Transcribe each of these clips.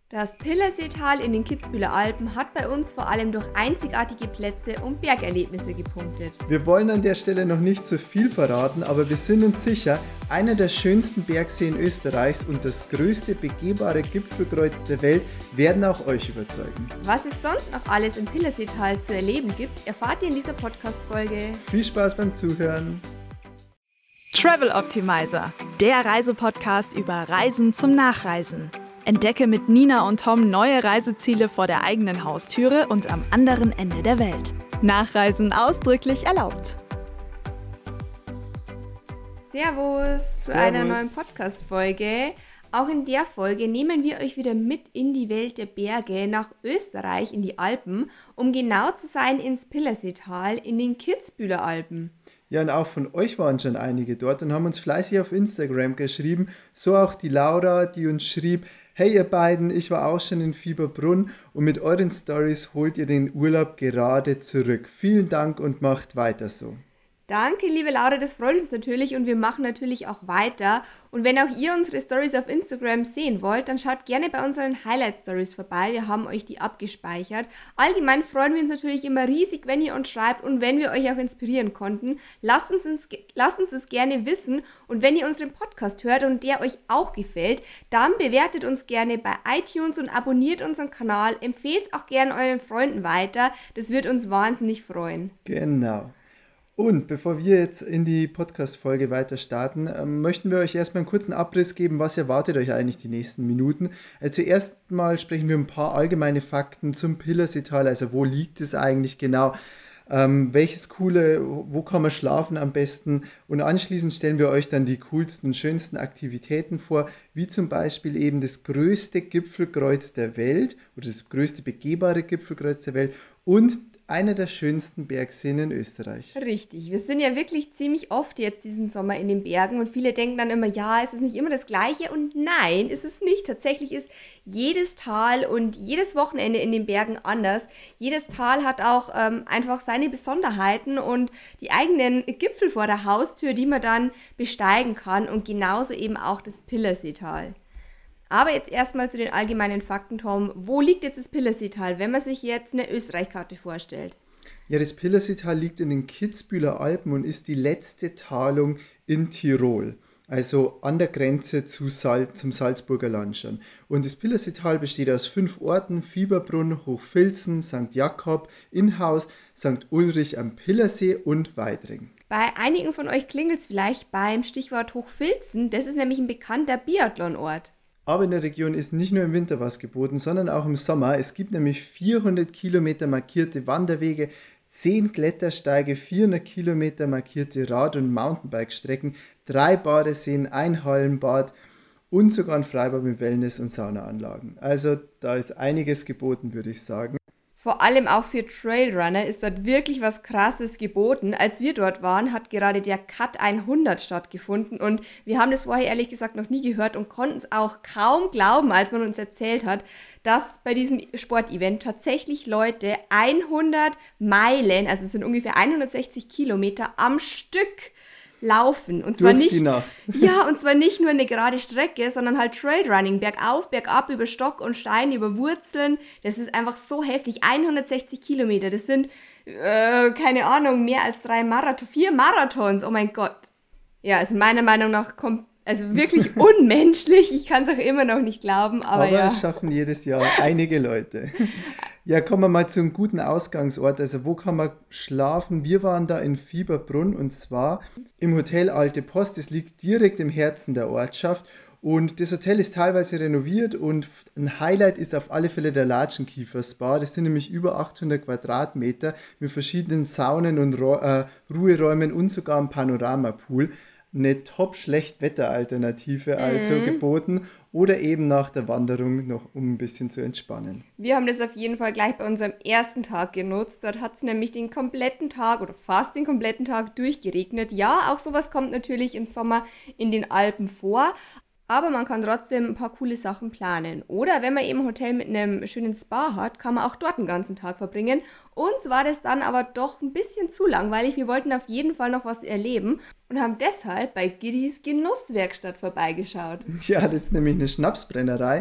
Das Pillerseetal in den Kitzbüheler Alpen hat bei uns vor allem durch einzigartige Plätze und Bergerlebnisse gepunktet. Wir wollen an der Stelle noch nicht zu viel verraten, aber wir sind uns sicher, einer der schönsten Bergseen Österreichs und das größte begehbare Gipfelkreuz der Welt werden auch euch überzeugen. Was es sonst noch alles im Pillerseetal zu erleben gibt, erfahrt ihr in dieser Podcast-Folge. Viel Spaß beim Zuhören! Travel Optimizer, der Reisepodcast über Reisen zum Nachreisen. Entdecke mit Nina und Tom neue Reiseziele vor der eigenen Haustüre und am anderen Ende der Welt. Nachreisen ausdrücklich erlaubt. Servus zu einer neuen Podcast-Folge. Auch in der Folge nehmen wir euch wieder mit in die Welt der Berge, nach Österreich, in die Alpen, um genau zu sein ins Pillerseetal in den Kitzbüheler Alpen. Ja, und auch von euch waren schon einige dort und haben uns fleißig auf Instagram geschrieben. So auch die Laura, die uns schrieb: Hey ihr beiden, ich war auch schon in Fieberbrunn und mit euren Stories holt ihr den Urlaub gerade zurück. Vielen Dank und macht weiter so. Danke, liebe Laura, das freut uns natürlich und wir machen natürlich auch weiter. Und wenn auch ihr unsere Stories auf Instagram sehen wollt, dann schaut gerne bei unseren Highlight-Stories vorbei. Wir haben euch die abgespeichert. Allgemein freuen wir uns natürlich immer riesig, wenn ihr uns schreibt und wenn wir euch auch inspirieren konnten. Lasst uns es gerne wissen. Und wenn ihr unseren Podcast hört und der euch auch gefällt, dann bewertet uns gerne bei iTunes und abonniert unseren Kanal. Empfehlt es auch gerne euren Freunden weiter. Das wird uns wahnsinnig freuen. Genau. Und bevor wir jetzt in die Podcast-Folge weiter starten, möchten wir euch erstmal einen kurzen Abriss geben, was erwartet euch eigentlich die nächsten Minuten. Zuerst mal sprechen wir ein paar allgemeine Fakten zum Pillerseetal, also wo liegt es eigentlich genau, wo kann man schlafen am besten, und anschließend stellen wir euch dann die coolsten, schönsten Aktivitäten vor, wie zum Beispiel eben das größte Gipfelkreuz der Welt oder das größte begehbare Gipfelkreuz der Welt und einer der schönsten Bergseen in Österreich. Richtig, wir sind ja wirklich ziemlich oft jetzt diesen Sommer in den Bergen und viele denken dann immer, ja, es ist nicht immer das Gleiche, und nein, ist es nicht. Tatsächlich ist jedes Tal und jedes Wochenende in den Bergen anders. Jedes Tal hat auch einfach seine Besonderheiten und die eigenen Gipfel vor der Haustür, die man dann besteigen kann, und genauso eben auch das Pillerseetal. Aber jetzt erstmal zu den allgemeinen Fakten, Tom. Wo liegt jetzt das Pillerseetal, wenn man sich jetzt eine Österreich-Karte vorstellt? Ja, das Pillerseetal liegt in den Kitzbüheler Alpen und ist die letzte Talung in Tirol, also an der Grenze zum Salzburger Land schon. Und das Pillerseetal besteht aus 5 Orten: Fieberbrunn, Hochfilzen, St. Jakob, Inhaus, St. Ulrich am Pillersee und Weidring. Bei einigen von euch klingelt es vielleicht beim Stichwort Hochfilzen. Das ist nämlich ein bekannter Biathlonort. Aber in der Region ist nicht nur im Winter was geboten, sondern auch im Sommer. Es gibt nämlich 400 Kilometer markierte Wanderwege, 10 Klettersteige, 400 Kilometer markierte Rad- und Mountainbike-Strecken, 3 Badeseen, ein Hallenbad und sogar ein Freibad mit Wellness- und Saunaanlagen. Also da ist einiges geboten, würde ich sagen. Vor allem auch für Trailrunner ist dort wirklich was Krasses geboten. Als wir dort waren, hat gerade der Cut 100 stattgefunden und wir haben das vorher ehrlich gesagt noch nie gehört und konnten es auch kaum glauben, als man uns erzählt hat, dass bei diesem Sportevent tatsächlich Leute 100 Meilen, also es sind ungefähr 160 Kilometer am Stück laufen. Und zwar durch die Nacht. Ja, und zwar nicht nur eine gerade Strecke, sondern halt Trailrunning, bergauf, bergab, über Stock und Stein, über Wurzeln. Das ist einfach so heftig. 160 Kilometer, das sind, keine Ahnung, mehr als 4 Marathons. Oh mein Gott. Ja, also meiner Meinung nach wirklich unmenschlich. Ich kann es auch immer noch nicht glauben, aber ja. Es schaffen jedes Jahr einige Leute. Ja, kommen wir mal zu einem guten Ausgangsort. Also wo kann man schlafen? Wir waren da in Fieberbrunn und zwar im Hotel Alte Post. Das liegt direkt im Herzen der Ortschaft. Und das Hotel ist teilweise renoviert und ein Highlight ist auf alle Fälle der Latschenkiefer Spa. Das sind nämlich über 800 Quadratmeter mit verschiedenen Saunen und Ruheräumen und sogar einem Panoramapool. Eine Top-Schlecht-Wetter-Alternative also geboten oder eben nach der Wanderung noch, um ein bisschen zu entspannen. Wir haben das auf jeden Fall gleich bei unserem ersten Tag genutzt. Dort hat es nämlich den kompletten Tag oder fast den kompletten Tag durchgeregnet. Ja, auch sowas kommt natürlich im Sommer in den Alpen vor. Aber man kann trotzdem ein paar coole Sachen planen. Oder wenn man eben ein Hotel mit einem schönen Spa hat, kann man auch dort einen ganzen Tag verbringen. Uns war das dann aber doch ein bisschen zu langweilig. Wir wollten auf jeden Fall noch was erleben und haben deshalb bei Giddys Genusswerkstatt vorbeigeschaut. Ja, das ist nämlich eine Schnapsbrennerei.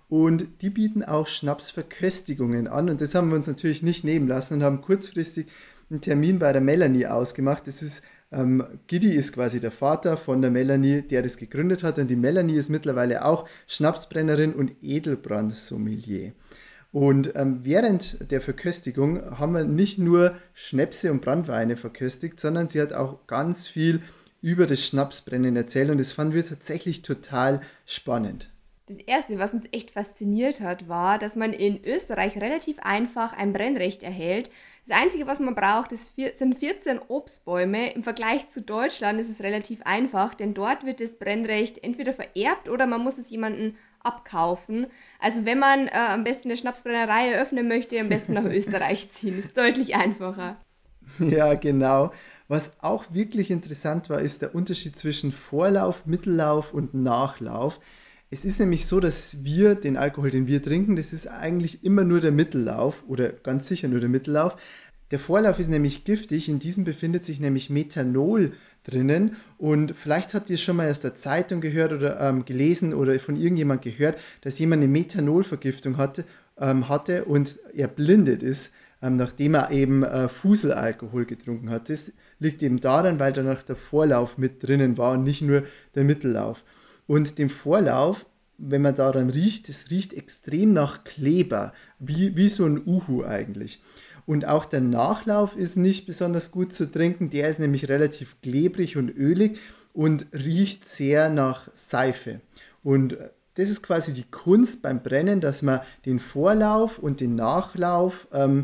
Und die bieten auch Schnapsverköstigungen an. Und das haben wir uns natürlich nicht nehmen lassen und haben kurzfristig einen Termin bei der Melanie ausgemacht. Das ist Gidi ist quasi der Vater von der Melanie, der das gegründet hat. Und die Melanie ist mittlerweile auch Schnapsbrennerin und Edelbrand-Sommelier. Und während der Verköstigung haben wir nicht nur Schnäpse und Branntweine verköstigt, sondern sie hat auch ganz viel über das Schnapsbrennen erzählt. Und das fanden wir tatsächlich total spannend. Das Erste, was uns echt fasziniert hat, war, dass man in Österreich relativ einfach ein Brennrecht erhält. Das Einzige, was man braucht, sind 14 Obstbäume. Im Vergleich zu Deutschland ist es relativ einfach, denn dort wird das Brennrecht entweder vererbt oder man muss es jemandem abkaufen. Also wenn man am besten eine Schnapsbrennerei eröffnen möchte, am besten nach Österreich ziehen. Ist deutlich einfacher. Ja, genau. Was auch wirklich interessant war, ist der Unterschied zwischen Vorlauf, Mittellauf und Nachlauf. Es ist nämlich so, dass wir den Alkohol, den wir trinken, das ist eigentlich immer nur der Mittellauf oder ganz sicher nur der Mittellauf. Der Vorlauf ist nämlich giftig, in diesem befindet sich nämlich Methanol drinnen und vielleicht habt ihr es schon mal aus der Zeitung gehört oder gelesen oder von irgendjemand gehört, dass jemand eine Methanolvergiftung hatte und erblindet ist, nachdem er eben Fuselalkohol getrunken hat. Das liegt eben daran, weil danach der Vorlauf mit drinnen war und nicht nur der Mittellauf. Und dem Vorlauf, wenn man daran riecht, das riecht extrem nach Kleber, wie so ein Uhu eigentlich. Und auch der Nachlauf ist nicht besonders gut zu trinken, der ist nämlich relativ klebrig und ölig und riecht sehr nach Seife. Und das ist quasi die Kunst beim Brennen, dass man den Vorlauf und den Nachlauf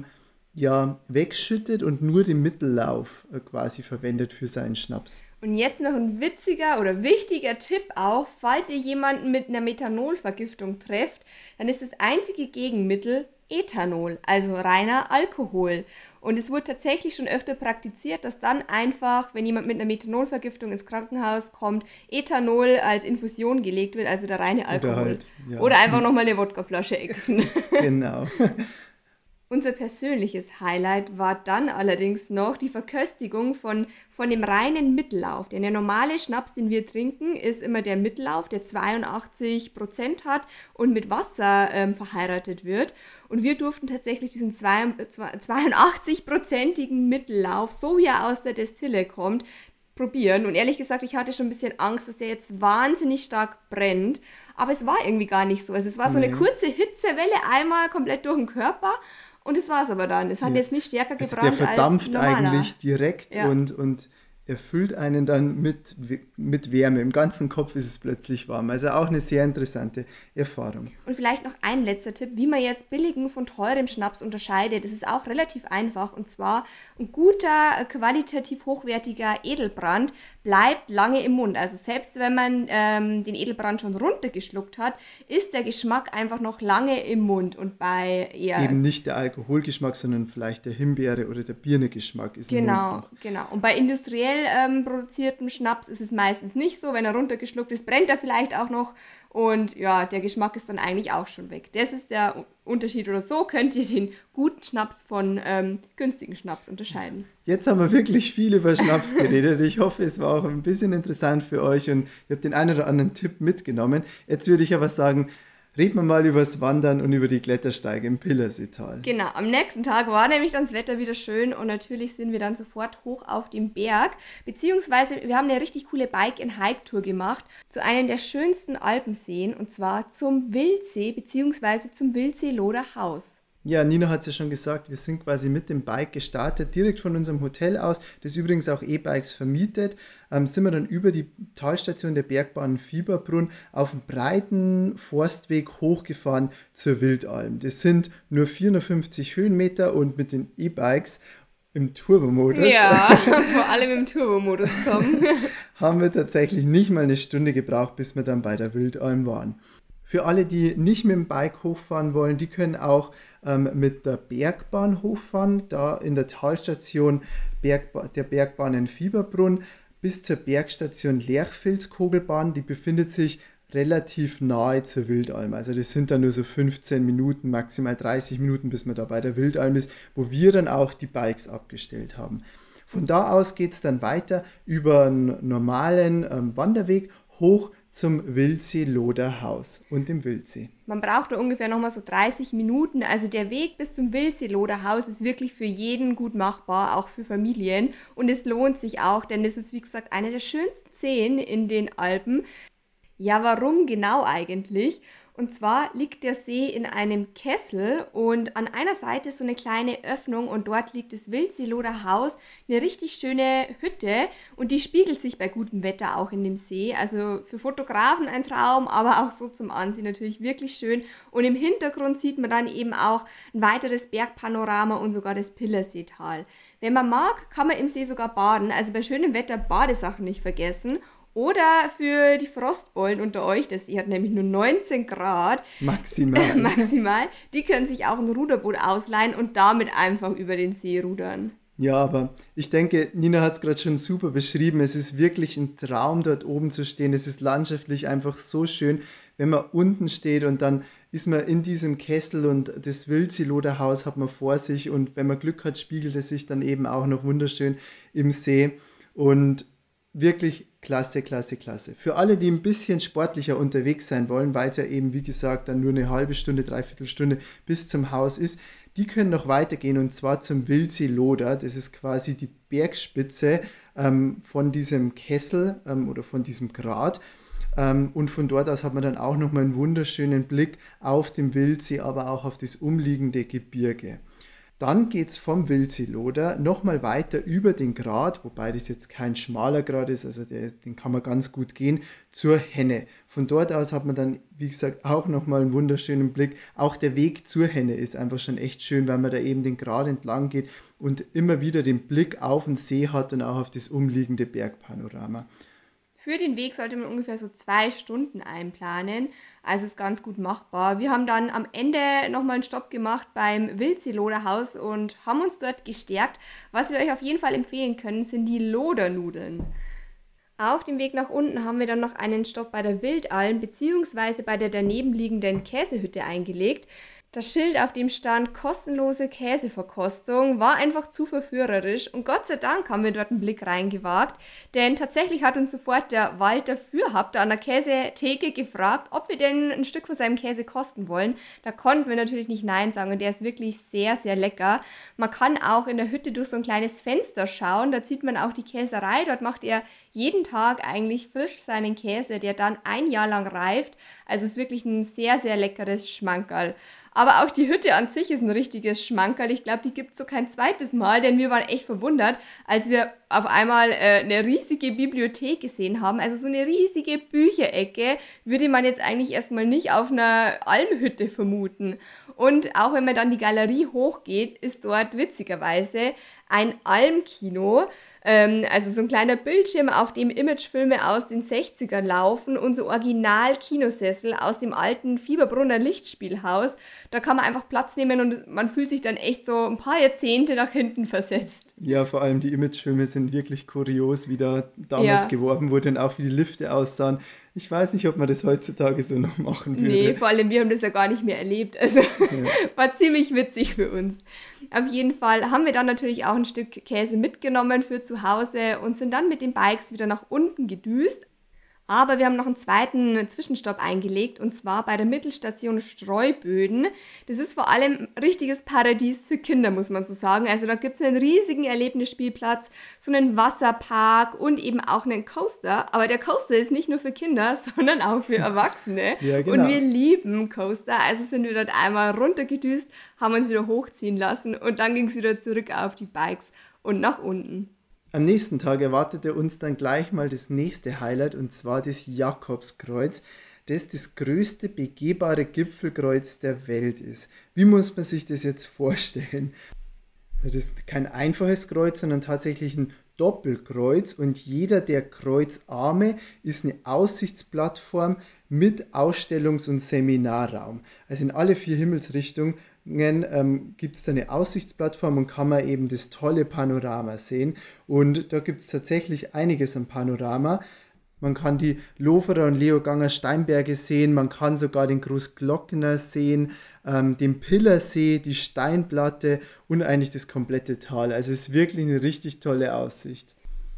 wegschüttet und nur den Mittellauf quasi verwendet für seinen Schnaps. Und jetzt noch ein witziger oder wichtiger Tipp auch, falls ihr jemanden mit einer Methanolvergiftung trefft, dann ist das einzige Gegenmittel Ethanol, also reiner Alkohol. Und es wurde tatsächlich schon öfter praktiziert, dass dann einfach, wenn jemand mit einer Methanolvergiftung ins Krankenhaus kommt, Ethanol als Infusion gelegt wird, also der reine Alkohol. Oder einfach nochmal eine Wodkaflasche exen. Genau. Unser persönliches Highlight war dann allerdings noch die Verköstigung von dem reinen Mittellauf. Denn der normale Schnaps, den wir trinken, ist immer der Mittellauf, der 82% hat und mit Wasser verheiratet wird. Und wir durften tatsächlich diesen 82%igen Mittellauf, so wie er aus der Destille kommt, probieren. Und ehrlich gesagt, ich hatte schon ein bisschen Angst, dass der jetzt wahnsinnig stark brennt. Aber es war irgendwie gar nicht so. Also es war so eine kurze Hitzewelle einmal komplett durch den Körper. Und das war es aber dann. Es hat jetzt nicht stärker gebrannt als normaler. Der verdampft eigentlich direkt und erfüllt einen dann mit Wärme. Im ganzen Kopf ist es plötzlich warm. Also auch eine sehr interessante Erfahrung. Und vielleicht noch ein letzter Tipp, wie man jetzt billigen von teurem Schnaps unterscheidet. Das ist auch relativ einfach. Und zwar ein guter, qualitativ hochwertiger Edelbrand bleibt lange im Mund. Also selbst wenn man den Edelbrand schon runtergeschluckt hat, ist der Geschmack einfach noch lange im Mund. Und bei eher... Eben nicht der Alkoholgeschmack, sondern vielleicht der Himbeere- oder der Birne-Geschmack ist im Mund noch. Genau. Und bei industriell produziertem Schnaps ist es meistens nicht so. Wenn er runtergeschluckt ist, brennt er vielleicht auch noch. Und ja, der Geschmack ist dann eigentlich auch schon weg. Das ist der Unterschied oder so könnt ihr den guten Schnaps von günstigen Schnaps unterscheiden. Jetzt haben wir wirklich viel über Schnaps geredet. Ich hoffe, es war auch ein bisschen interessant für euch und ihr habt den einen oder anderen Tipp mitgenommen. Jetzt würde ich aber sagen, reden wir mal über das Wandern und über die Klettersteige im Pillerseetal. Genau, am nächsten Tag war nämlich dann das Wetter wieder schön und natürlich sind wir dann sofort hoch auf dem Berg, beziehungsweise wir haben eine richtig coole Bike-and-Hike-Tour gemacht zu einem der schönsten Alpenseen und zwar zum Wildsee, beziehungsweise zum Wildsee-Loder Haus. Ja, Nina hat es ja schon gesagt, wir sind quasi mit dem Bike gestartet, direkt von unserem Hotel aus, das übrigens auch E-Bikes vermietet, sind wir dann über die Talstation der Bergbahn Fieberbrunn auf einem breiten Forstweg hochgefahren zur Wildalm. Das sind nur 450 Höhenmeter und mit den E-Bikes im Turbomodus. Ja, vor allem im Turbomodus, Tom. Haben wir tatsächlich nicht mal eine Stunde gebraucht, bis wir dann bei der Wildalm waren. Für alle, die nicht mit dem Bike hochfahren wollen, die können auch mit der Bergbahn hochfahren, da in der Talstation der Bergbahn in Fieberbrunn bis zur Bergstation Lerchfels-Kogelbahn. Die befindet sich relativ nahe zur Wildalm. Also das sind dann nur so 15 Minuten, maximal 30 Minuten, bis man da bei der Wildalm ist, wo wir dann auch die Bikes abgestellt haben. Von da aus geht es dann weiter über einen normalen Wanderweg hoch zum Wildsee-Loder Haus und dem Wildsee. Man braucht da ungefähr nochmal so 30 Minuten. Also der Weg bis zum Wildsee-Loder Haus ist wirklich für jeden gut machbar, auch für Familien. Und es lohnt sich auch, denn es ist, wie gesagt, eine der schönsten Seen in den Alpen. Ja, warum genau eigentlich? Und zwar liegt der See in einem Kessel und an einer Seite ist so eine kleine Öffnung und dort liegt das Wildsee-Loder Haus, eine richtig schöne Hütte und die spiegelt sich bei gutem Wetter auch in dem See. Also für Fotografen ein Traum, aber auch so zum Ansehen natürlich wirklich schön. Und im Hintergrund sieht man dann eben auch ein weiteres Bergpanorama und sogar das Pillerseetal. Wenn man mag, kann man im See sogar baden, also bei schönem Wetter Badesachen nicht vergessen. Oder für die Frostbollen unter euch, das See hat nämlich nur 19 Grad. Maximal. Die können sich auch ein Ruderboot ausleihen und damit einfach über den See rudern. Ja, aber ich denke, Nina hat es gerade schon super beschrieben. Es ist wirklich ein Traum, dort oben zu stehen. Es ist landschaftlich einfach so schön, wenn man unten steht und dann ist man in diesem Kessel und das Wildsee-Loder Haus hat man vor sich und wenn man Glück hat, spiegelt es sich dann eben auch noch wunderschön im See und wirklich klasse. Für alle, die ein bisschen sportlicher unterwegs sein wollen, weil es ja eben, wie gesagt, dann nur eine halbe Stunde, dreiviertel Stunde bis zum Haus ist, die können noch weitergehen und zwar zum Wildsee-Loder. Das ist quasi die Bergspitze von diesem Kessel oder von diesem Grat. Und von dort aus hat man dann auch nochmal einen wunderschönen Blick auf den Wildsee, aber auch auf das umliegende Gebirge. Dann geht es vom Wildsee-Loder nochmal weiter über den Grat, wobei das jetzt kein schmaler Grat ist, also den kann man ganz gut gehen, zur Henne. Von dort aus hat man dann, wie gesagt, auch nochmal einen wunderschönen Blick. Auch der Weg zur Henne ist einfach schon echt schön, weil man da eben den Grat entlang geht und immer wieder den Blick auf den See hat und auch auf das umliegende Bergpanorama. Für den Weg sollte man ungefähr so 2 Stunden einplanen, also ist ganz gut machbar. Wir haben dann am Ende nochmal einen Stopp gemacht beim Wildsee-Loder Haus und haben uns dort gestärkt. Was wir euch auf jeden Fall empfehlen können, sind die Lodernudeln. Auf dem Weg nach unten haben wir dann noch einen Stopp bei der Wildalm bzw. bei der daneben liegenden Käsehütte eingelegt. Das Schild, auf dem stand kostenlose Käseverkostung, war einfach zu verführerisch und Gott sei Dank haben wir dort einen Blick reingewagt, denn tatsächlich hat uns sofort der Walter Fürhaber an der Käsetheke gefragt, ob wir denn ein Stück von seinem Käse kosten wollen. Da konnten wir natürlich nicht Nein sagen und der ist wirklich sehr, sehr lecker. Man kann auch in der Hütte durch so ein kleines Fenster schauen, da sieht man auch die Käserei, dort macht er jeden Tag eigentlich frisch seinen Käse, der dann 1 Jahr lang reift. Also es ist wirklich ein sehr, sehr leckeres Schmankerl. Aber auch die Hütte an sich ist ein richtiges Schmankerl. Ich glaube, die gibt es so kein zweites Mal, denn wir waren echt verwundert, als wir auf einmal eine riesige Bibliothek gesehen haben. Also so eine riesige Bücherecke würde man jetzt eigentlich erstmal nicht auf einer Almhütte vermuten. Und auch wenn man dann die Galerie hochgeht, ist dort witzigerweise ein Almkino. Also so ein kleiner Bildschirm, auf dem Imagefilme aus den 60ern laufen und so Original-Kinosessel aus dem alten Fieberbrunner Lichtspielhaus. Da kann man einfach Platz nehmen und man fühlt sich dann echt so ein paar Jahrzehnte nach hinten versetzt. Ja, vor allem die Imagefilme sind wirklich kurios, wie da damals geworben wurde und auch wie die Lifte aussahen. Ich weiß nicht, ob man das heutzutage so noch machen würde. Nee, vor allem wir haben das ja gar nicht mehr erlebt. Also war ziemlich witzig für uns. Auf jeden Fall haben wir dann natürlich auch ein Stück Käse mitgenommen für zu Hause und sind dann mit den Bikes wieder nach unten gedüst. Aber wir haben noch einen zweiten Zwischenstopp eingelegt und zwar bei der Mittelstation Streuböden. Das ist vor allem ein richtiges Paradies für Kinder, muss man so sagen. Also da gibt es einen riesigen Erlebnisspielplatz, so einen Wasserpark und eben auch einen Coaster. Aber der Coaster ist nicht nur für Kinder, sondern auch für Erwachsene. Ja, genau. Und wir lieben Coaster. Also sind wir dort einmal runtergedüst, haben uns wieder hochziehen lassen und dann ging es wieder zurück auf die Bikes und nach unten. Am nächsten Tag erwartete uns dann gleich mal das nächste Highlight und zwar das Jakobskreuz, das das größte begehbare Gipfelkreuz der Welt ist. Wie muss man sich das jetzt vorstellen? Das ist kein einfaches Kreuz, sondern tatsächlich ein Doppelkreuz und jeder der Kreuzarme ist eine Aussichtsplattform mit Ausstellungs- und Seminarraum. Also in alle 4 Himmelsrichtungen gibt es da eine Aussichtsplattform und kann man eben das tolle Panorama sehen. Und da gibt es tatsächlich einiges am Panorama. Man kann die Loferer und Leoganger Steinberge sehen, man kann sogar den Großglockner sehen, den Pillersee, die Steinplatte und eigentlich das komplette Tal. Also es ist wirklich eine richtig tolle Aussicht.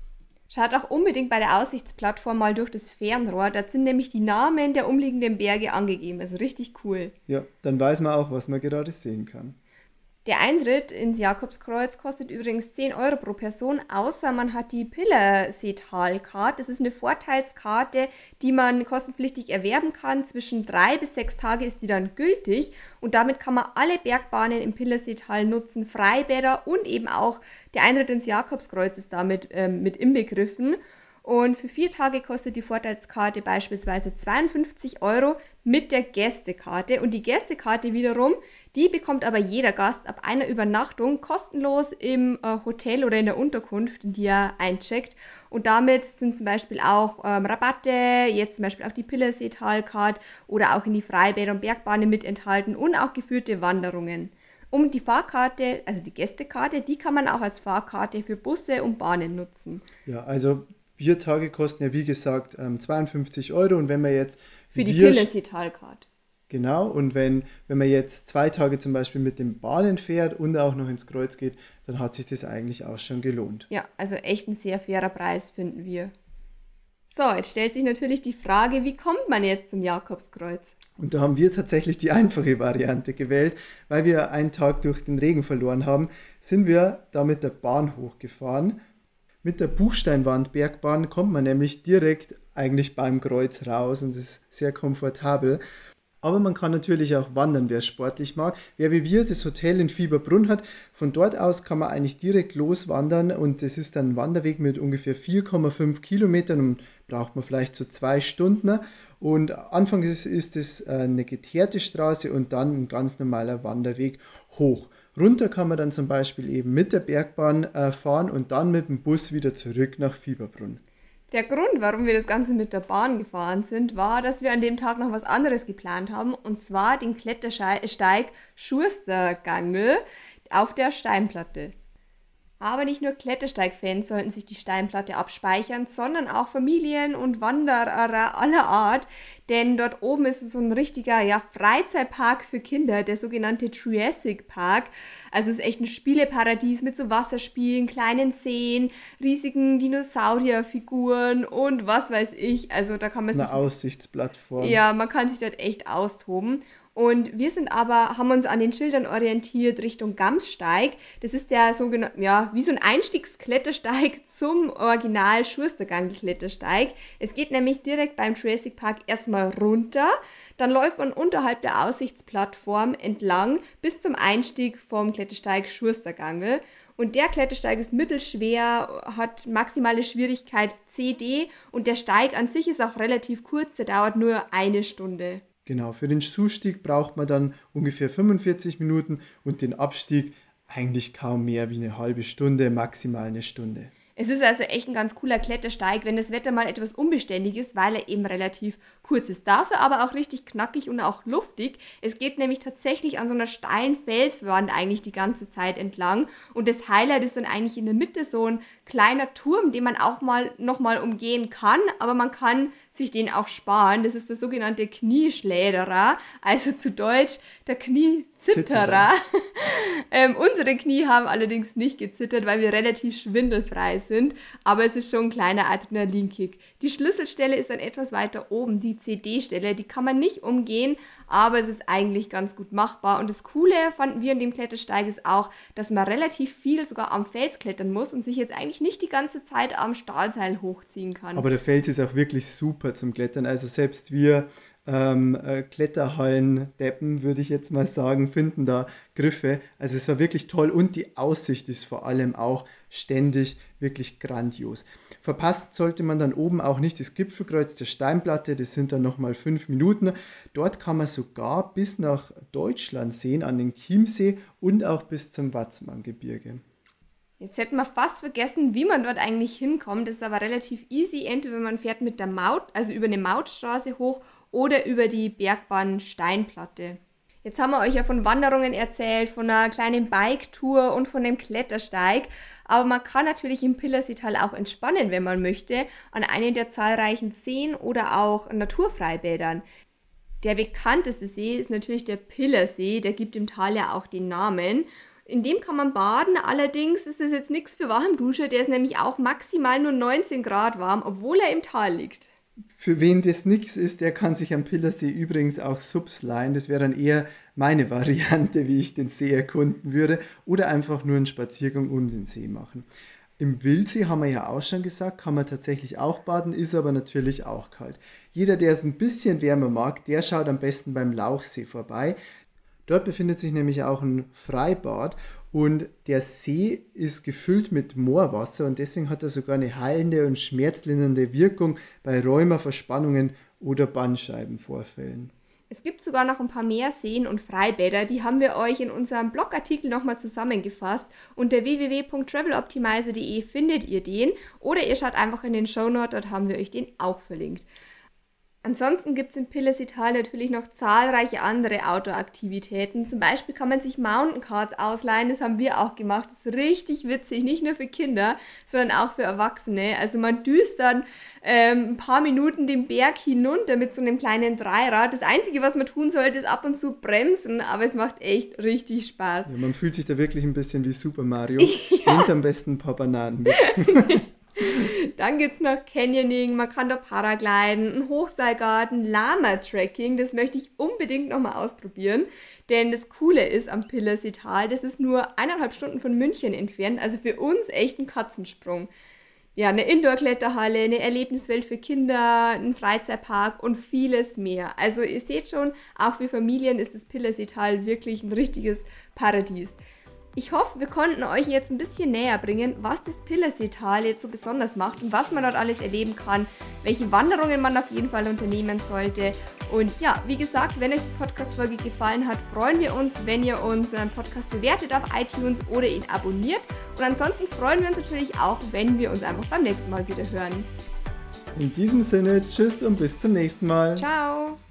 Schaut auch unbedingt bei der Aussichtsplattform mal durch das Fernrohr, da sind nämlich die Namen der umliegenden Berge angegeben, also richtig cool. Ja, dann weiß man auch, was man gerade sehen kann. Der Eintritt ins Jakobskreuz kostet übrigens 10 Euro pro Person, außer man hat die Pillerseetal-Card. Das ist eine Vorteilskarte, die man kostenpflichtig erwerben kann. Zwischen 3 bis 6 Tage ist die dann gültig und damit kann man alle Bergbahnen im Pillerseetal nutzen, Freibäder und eben auch der Eintritt ins Jakobskreuz ist damit mit inbegriffen. Und für 4 Tage kostet die Vorteilskarte beispielsweise 52 Euro mit der Gästekarte. Und die Gästekarte wiederum, die bekommt aber jeder Gast ab einer Übernachtung kostenlos im Hotel oder in der Unterkunft, in die er eincheckt. Und damit sind zum Beispiel auch Rabatte, jetzt zum Beispiel auf die Pillerseetal-Card oder auch in die Freibäder und Bergbahnen mit enthalten und auch geführte Wanderungen. Und die Fahrkarte, also die Gästekarte, die kann man auch als Fahrkarte für Busse und Bahnen nutzen. Ja, also 4 Tage kosten ja wie gesagt 52 Euro und wenn man jetzt... Für die Pillerseetal-Card. Genau, und wenn man jetzt 2 Tage zum Beispiel mit den Bahnen fährt und auch noch ins Kreuz geht, dann hat sich das eigentlich auch schon gelohnt. Ja, also echt ein sehr fairer Preis, finden wir. So, jetzt stellt sich natürlich die Frage, wie kommt man jetzt zum Jakobskreuz? Und da haben wir tatsächlich die einfache Variante gewählt, weil wir einen Tag durch den Regen verloren haben, sind wir da mit der Bahn hochgefahren. Mit der Buchsteinwand-Bergbahn kommt man nämlich direkt eigentlich beim Kreuz raus und ist sehr komfortabel. Aber man kann natürlich auch wandern, wer sportlich mag. Wer wie wir das Hotel in Fieberbrunn hat, von dort aus kann man eigentlich direkt loswandern und es ist ein Wanderweg mit ungefähr 4,5 Kilometern und braucht man vielleicht so 2 Stunden. Und anfangs ist es eine geteerte Straße und dann ein ganz normaler Wanderweg hoch. Runter kann man dann zum Beispiel eben mit der Bergbahn fahren und dann mit dem Bus wieder zurück nach Fieberbrunn. Der Grund, warum wir das Ganze mit der Bahn gefahren sind, war, dass wir an dem Tag noch was anderes geplant haben, und zwar den Klettersteig Schurstergangl auf der Steinplatte. Aber nicht nur Klettersteig-Fans sollten sich die Steinplatte abspeichern, sondern auch Familien und Wanderer aller Art, denn dort oben ist so ein richtiger Freizeitpark für Kinder, der sogenannte Triassic Park. Also es ist echt ein Spieleparadies mit so Wasserspielen, kleinen Seen, riesigen Dinosaurierfiguren und was weiß ich. Also da kann man sich... Eine Aussichtsplattform. Ja, man kann sich dort echt austoben. Und wir haben uns an den Schildern orientiert Richtung Gamssteig. Das ist der sogenannte, wie so ein Einstiegsklettersteig zum Original Schurstergangl-Klettersteig. Es geht nämlich direkt beim Jurassic Park erstmal runter, dann läuft man unterhalb der Aussichtsplattform entlang bis zum Einstieg vom Klettersteig Schurstergangl. Und der Klettersteig ist mittelschwer, hat maximale Schwierigkeit CD und der Steig an sich ist auch relativ kurz, der dauert nur 1 Stunde. Genau, für den Zustieg braucht man dann ungefähr 45 Minuten und den Abstieg eigentlich kaum mehr wie eine halbe Stunde, maximal 1 Stunde. Es ist also echt ein ganz cooler Klettersteig, wenn das Wetter mal etwas unbeständig ist, weil er eben relativ kurz ist. Dafür aber auch richtig knackig und auch luftig. Es geht nämlich tatsächlich an so einer steilen Felswand eigentlich die ganze Zeit entlang. Und das Highlight ist dann eigentlich in der Mitte so ein kleiner Turm, den man auch nochmal umgehen kann, aber man kann sich den auch sparen. Das ist der sogenannte Knieschläderer, also zu Deutsch der Kniezitterer. Unsere Knie haben allerdings nicht gezittert, weil wir relativ schwindelfrei sind, aber es ist schon ein kleiner Adrenalinkick. Die Schlüsselstelle ist dann etwas weiter oben, die CD-Stelle, die kann man nicht umgehen, aber es ist eigentlich ganz gut machbar. Und das Coole fanden wir an dem Klettersteig ist auch, dass man relativ viel sogar am Fels klettern muss und sich jetzt eigentlich nicht die ganze Zeit am Stahlseil hochziehen kann. Aber der Fels ist auch wirklich super zum Klettern, also selbst wir Kletterhallen-Deppen, würde ich jetzt mal sagen, finden da Griffe. Also es war wirklich toll und die Aussicht ist vor allem auch ständig wirklich grandios. Verpasst sollte man dann oben auch nicht das Gipfelkreuz der Steinplatte, das sind dann nochmal 5 Minuten. Dort kann man sogar bis nach Deutschland sehen, an den Chiemsee und auch bis zum Watzmanngebirge. Jetzt hätten wir fast vergessen, wie man dort eigentlich hinkommt. Das ist aber relativ easy. Entweder man fährt mit der Maut, also über eine Mautstraße hoch oder über die Bergbahn Steinplatte. Jetzt haben wir euch ja von Wanderungen erzählt, von einer kleinen Bike-Tour und von dem Klettersteig. Aber man kann natürlich im Pillerseetal auch entspannen, wenn man möchte, an einem der zahlreichen Seen oder auch Naturfreibädern. Der bekannteste See ist natürlich der Pillersee, der gibt dem Tal ja auch den Namen. In dem kann man baden, allerdings ist es jetzt nichts für Warmduscher, der ist nämlich auch maximal nur 19 Grad warm, obwohl er im Tal liegt. Für wen das nichts ist, der kann sich am Pillersee übrigens auch Subs leihen. Das wäre dann eher meine Variante, wie ich den See erkunden würde. Oder einfach nur einen Spaziergang um den See machen. Im Wildsee haben wir ja auch schon gesagt, kann man tatsächlich auch baden, ist aber natürlich auch kalt. Jeder, der es ein bisschen wärmer mag, der schaut am besten beim Lauchsee vorbei. Dort befindet sich nämlich auch ein Freibad und der See ist gefüllt mit Moorwasser und deswegen hat er sogar eine heilende und schmerzlindernde Wirkung bei Rheuma, Verspannungen oder Bandscheibenvorfällen. Es gibt sogar noch ein paar mehr Seen und Freibäder, die haben wir euch in unserem Blogartikel nochmal zusammengefasst. Unter www.traveloptimizer.de findet ihr den oder ihr schaut einfach in den Shownotes, dort haben wir euch den auch verlinkt. Ansonsten gibt es in Pillerseetal natürlich noch zahlreiche andere Outdoor-Aktivitäten. Zum Beispiel kann man sich Mountaincards ausleihen, das haben wir auch gemacht. Das ist richtig witzig, nicht nur für Kinder, sondern auch für Erwachsene. Also man düst dann ein paar Minuten den Berg hinunter mit so einem kleinen Dreirad. Das Einzige, was man tun sollte, ist ab und zu bremsen, aber es macht echt richtig Spaß. Ja, man fühlt sich da wirklich ein bisschen wie Super Mario. Und am besten ein paar Bananen mit. Dann gibt es noch Canyoning, man kann da Paragliden, ein Hochseilgarten, Lama-Trekking, das möchte ich unbedingt nochmal ausprobieren, denn das Coole ist am Pillerseetal, das ist nur 1,5 Stunden von München entfernt, also für uns echt ein Katzensprung. Ja, eine Indoor-Kletterhalle, eine Erlebniswelt für Kinder, ein Freizeitpark und vieles mehr. Also ihr seht schon, auch für Familien ist das Pillerseetal wirklich ein richtiges Paradies. Ich hoffe, wir konnten euch jetzt ein bisschen näher bringen, was das Pillerseetal jetzt so besonders macht und was man dort alles erleben kann, welche Wanderungen man auf jeden Fall unternehmen sollte. Und ja, wie gesagt, wenn euch die Podcast-Folge gefallen hat, freuen wir uns, wenn ihr unseren Podcast bewertet auf iTunes oder ihn abonniert. Und ansonsten freuen wir uns natürlich auch, wenn wir uns einfach beim nächsten Mal wieder hören. In diesem Sinne, tschüss und bis zum nächsten Mal. Ciao!